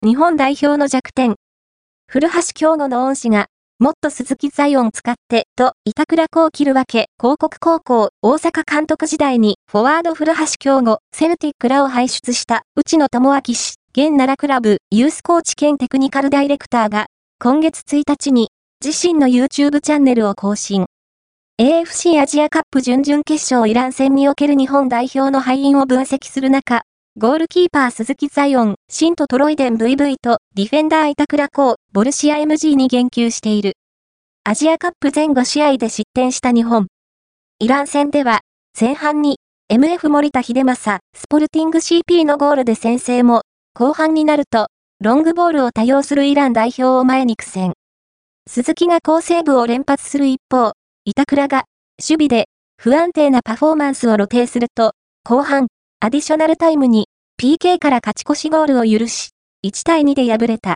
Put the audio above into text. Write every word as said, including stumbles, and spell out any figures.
日本代表の弱点。古橋京吾の恩師が、もっと鈴木ザイオン使って、と、板倉こう切るわけ、広告高校、大阪監督時代に、フォワード古橋京吾、セルティックらを輩出した、内野智明氏、現奈良クラブ、ユースコーチ兼テクニカルダイレクターが、今月ついたちに、自身の YouTube チャンネルを更新。エーエフシー アジアカップ準々決勝イラン戦における日本代表の敗因を分析する中、ゴールキーパー鈴木ザイオン、シントトロイデン ブイブイ と、ディフェンダー板倉こう、ボルシア エムジー に言及している。アジアカップ前後試合で失点した日本。イラン戦では、前半に、エムエフ 森田秀正、スポルティング シーピー のゴールで先制も、後半になると、ロングボールを多用するイラン代表を前に苦戦。鈴木が好セーブを連発する一方、板倉が、守備で、不安定なパフォーマンスを露呈すると、後半、アディショナルタイムに、ピーケー から勝ち越しゴールを許し、いちたいにで敗れた。